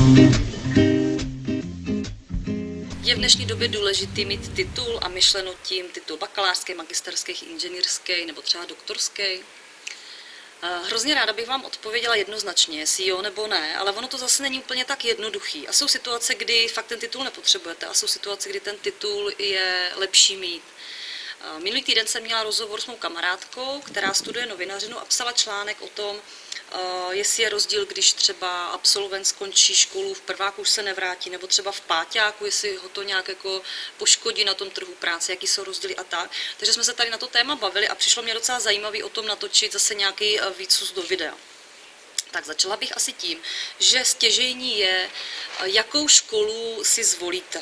Je v dnešní době důležitý mít titul a myšleno tím titul bakalářský, magisterský, inženýrský nebo třeba doktorský? Hrozně ráda bych vám odpověděla jednoznačně, jestli jo nebo ne, ale ono to zase není úplně tak jednoduchý. A jsou situace, kdy fakt ten titul nepotřebujete a jsou situace, kdy ten titul je lepší mít. Minulý týden jsem měla rozhovor s mou kamarádkou, která studuje novinařinu a psala článek o tom, jestli je rozdíl, když třeba absolvent skončí školu, v prváku už se nevrátí, nebo třeba v páťáku, jestli ho to nějak jako poškodí na tom trhu práce, jaký jsou rozdíly a tak. Takže jsme se tady na to téma bavili a přišlo mě docela zajímavý o tom natočit zase nějaký výcud do videa. Tak začala bych asi tím, že stěžejní je, jakou školu si zvolíte.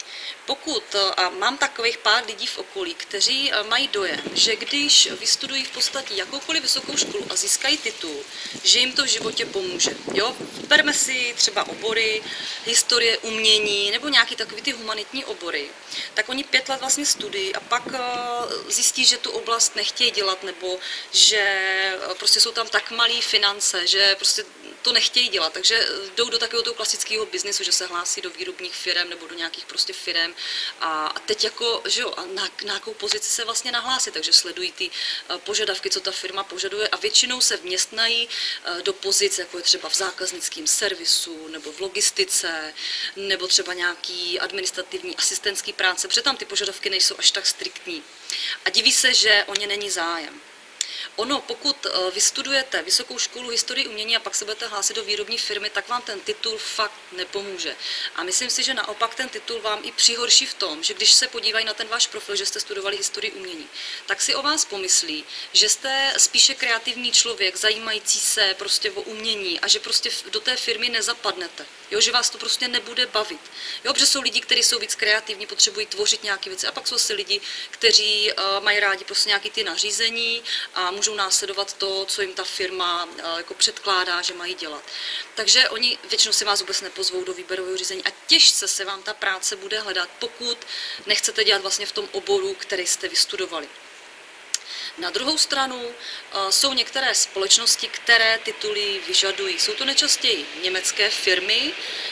A mám takových pár lidí v okolí, kteří mají dojem, že když vystudují v podstatě jakoukoliv vysokou školu a získají titul, že jim to v životě pomůže. Jo? Berme si třeba obory, historie, umění nebo nějaký takový ty humanitní obory. Tak oni 5 let vlastně studují a pak zjistí, že tu oblast nechtějí dělat nebo že prostě jsou tam tak malé finance, že prostě to nechtějí dělat, takže jdou do takového toho klasického biznesu, že se hlásí do výrobních firem nebo do nějakých prostě firem a teď jako, že jo, a na nějakou pozici se vlastně nahlásí, takže sledují ty požadavky, co ta firma požaduje a většinou se vměstnají do pozic, jako je třeba v zákaznickém servisu nebo v logistice nebo třeba nějaký administrativní asistentský práce, protože tam ty požadavky nejsou až tak striktní. A diví se, že o ně není zájem. Pokud vystudujete vysokou školu historii umění a pak se budete hlásit do výrobní firmy, tak vám ten titul fakt nepomůže. A myslím si, že naopak ten titul vám i přihorší v tom, že když se podívají na ten váš profil, že jste studovali historii umění, tak si o vás pomyslí, že jste spíše kreativní člověk, zajímající se prostě o umění a že prostě do té firmy nezapadnete. Jo, že vás to prostě nebude bavit. Jo, protože jsou lidi, kteří jsou víc kreativní, potřebují tvořit nějaké věci a pak jsou asi lidi, kteří mají rádi prostě nějaké ty nařízení a můžou následovat to, co jim ta firma jako předkládá, že mají dělat. Takže oni většinou si vás vůbec nepozvou do výběrového řízení a těžce se vám ta práce bude hledat, pokud nechcete dělat vlastně v tom oboru, který jste vystudovali. Na druhou stranu jsou některé společnosti, které tituly vyžadují. Jsou to nejčastěji německé firmy,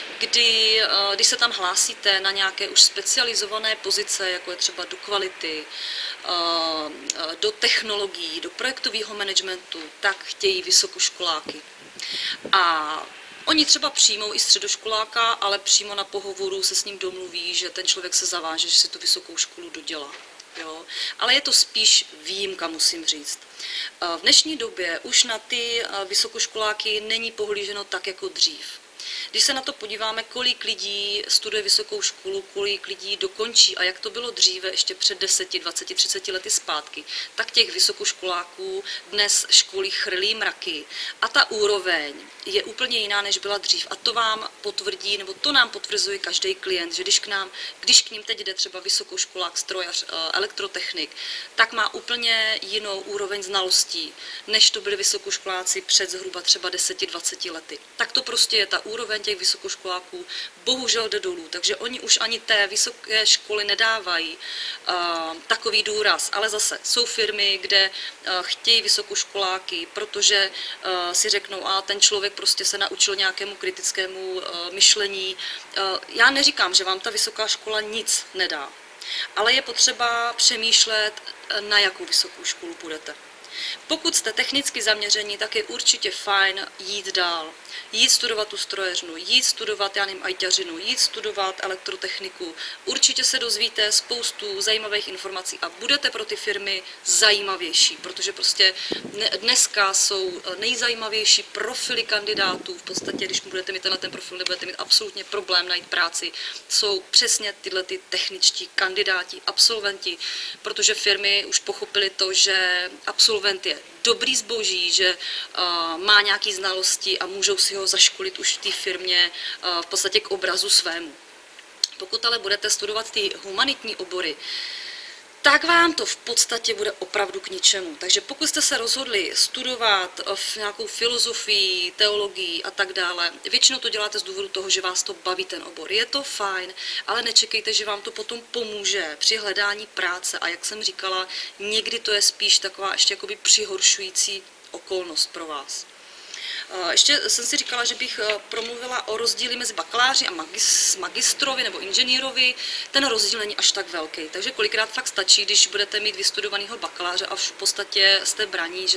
když se tam hlásíte na nějaké už specializované pozice, jako je třeba do kvality, do technologií, do projektového managementu, tak chtějí vysokoškoláky. A oni třeba přijmou i středoškoláka, ale přímo na pohovoru se s ním domluví, že ten člověk se zaváže, že si tu vysokou školu dodělá. Jo? Ale je to spíš výjimka, musím říct. V dnešní době už na ty vysokoškoláky není pohlíženo tak jako dřív. Když se na to podíváme, kolik lidí studuje vysokou školu, kolik lidí dokončí a jak to bylo dříve, ještě před 10, 20, 30 lety zpátky, tak těch vysokoškoláků dnes školy chrlí mraky a ta úroveň je úplně jiná, než byla dřív. A to vám potvrdí, nebo to nám potvrzuje každý klient, že když k ním teď jde třeba vysokoškolák, strojař, elektrotechnik, tak má úplně jinou úroveň znalostí, než to byli vysokoškoláci před zhruba třeba 10-20 lety. Tak to prostě je, ta úroveň těch vysokoškoláků bohužel jde dolů, takže oni už ani té vysoké školy nedávají takový důraz, ale zase jsou firmy, kde chtějí vysokoškoláky, protože si řeknou, a ten člověk prostě se naučil nějakému kritickému myšlení. Já neříkám, že vám ta vysoká škola nic nedá, ale je potřeba přemýšlet, na jakou vysokou školu půjdete. Pokud jste technicky zaměření, tak je určitě fajn jít dál. Jít studovat tu strojařinu, jít studovat, já nevím, ajťařinu, jít studovat elektrotechniku. Určitě se dozvíte spoustu zajímavých informací a budete pro ty firmy zajímavější, protože prostě dneska jsou nejzajímavější profily kandidátů. V podstatě, když budete mít ten profil, nebudete mít absolutně problém najít práci. Jsou přesně tyhle ty techničtí kandidáti, absolventi, protože firmy už pochopily to, že absolvent je dobrý zboží, že má nějaké znalosti a můžou si ho zaškolit už v té firmě v podstatě k obrazu svému. Pokud ale budete studovat ty humanitní obory, tak vám to v podstatě bude opravdu k ničemu. Takže pokud jste se rozhodli studovat v nějakou filozofii, teologii a tak dále, většinou to děláte z důvodu toho, že vás to baví ten obor. Je to fajn, ale nečekejte, že vám to potom pomůže při hledání práce. A jak jsem říkala, někdy to je spíš taková ještě jakoby přihoršující okolnost pro vás. Ještě jsem si říkala, že bych promluvila o rozdíli mezi bakaláři a magistrovi nebo inženýrovi. Ten rozdíl není až tak velký, takže kolikrát fakt stačí, když budete mít vystudovaného bakaláře a v podstatě jste braní,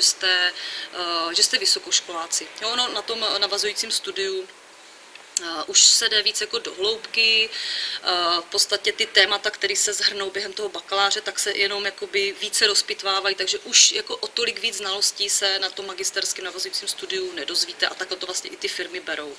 že jste vysokoškoláci. Jo, no, na tom navazujícím studiu už se jde víc jako do hloubky, v podstatě ty témata, které se zhrnou během toho bakaláře, tak se jenom jakoby více rozpitvávají, takže už jako o tolik víc znalostí se na tom magisterském navazujícím studiu nedozvíte a takhle to vlastně i ty firmy berou.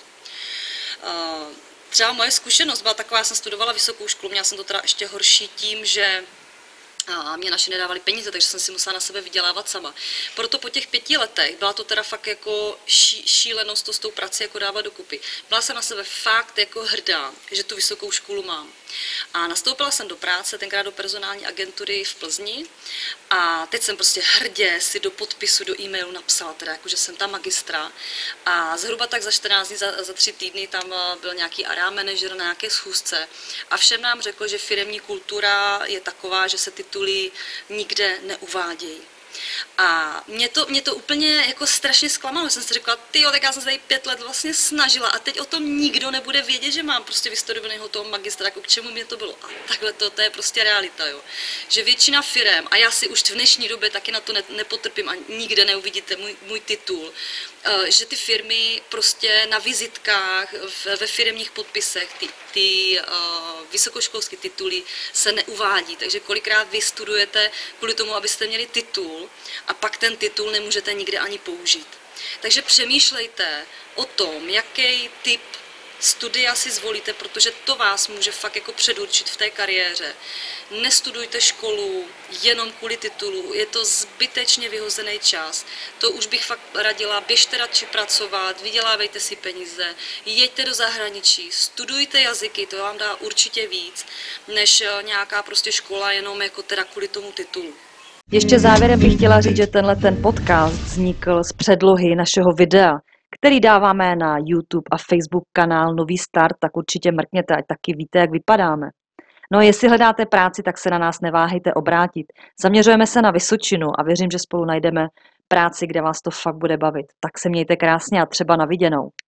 Třeba moje zkušenost byla taková, já jsem studovala vysokou školu, měla jsem to teda ještě horší tím, že a mě naši nedávali peníze, takže jsem si musela na sebe vydělávat sama. Proto po těch 5 letech byla to teda fakt jako šílenost to s tou prací jako dávat dokupy. Byla jsem na sebe fakt jako hrdá, že tu vysokou školu mám. A nastoupila jsem do práce, tenkrát do personální agentury v Plzni a teď jsem prostě hrdě si do podpisu, do e-mailu napsala teda, jako, že jsem tam magistra a zhruba tak za 14 dní, za 3 týdny tam byl nějaký area manažer na nějaké schůzce a všem nám řekl, že firemní kultura je taková, že se tituly nikde neuvádějí. A mě to úplně jako strašně zklamalo, jsem si řekla, tyjo, tak já jsem se tady 5 let vlastně snažila a teď o tom nikdo nebude vědět, že mám prostě vystudovaného toho magistra, jako k čemu mě to bylo. A takhle to je prostě realita, jo. Že většina firem, a já si už v dnešní době taky na to nepotrpím a nikde neuvidíte můj titul, že ty firmy prostě na vizitkách, ve firemních podpisech, ty vysokoškolské tituly se neuvádí, takže kolikrát vy studujete kvůli tomu, abyste měli titul a pak ten titul nemůžete nikde ani použít. Takže přemýšlejte o tom, jaký typ studia si zvolíte, protože to vás může fakt jako předurčit v té kariéře. Nestudujte školu jenom kvůli titulu, je to zbytečně vyhozený čas. To už bych fakt radila, běžte radši pracovat, vydělávejte si peníze, jeďte do zahraničí, studujte jazyky, to vám dá určitě víc, než nějaká prostě škola jenom jako teda kvůli tomu titulu. Ještě závěrem bych chtěla říct, že ten podcast vznikl z předlohy našeho videa, který dáváme na YouTube a Facebook kanál Nový start, tak určitě mrkněte, ať taky víte, jak vypadáme. No a jestli hledáte práci, tak se na nás neváhejte obrátit. Zaměřujeme se na Vysočinu a věřím, že spolu najdeme práci, kde vás to fakt bude bavit. Tak se mějte krásně a třeba na viděnou.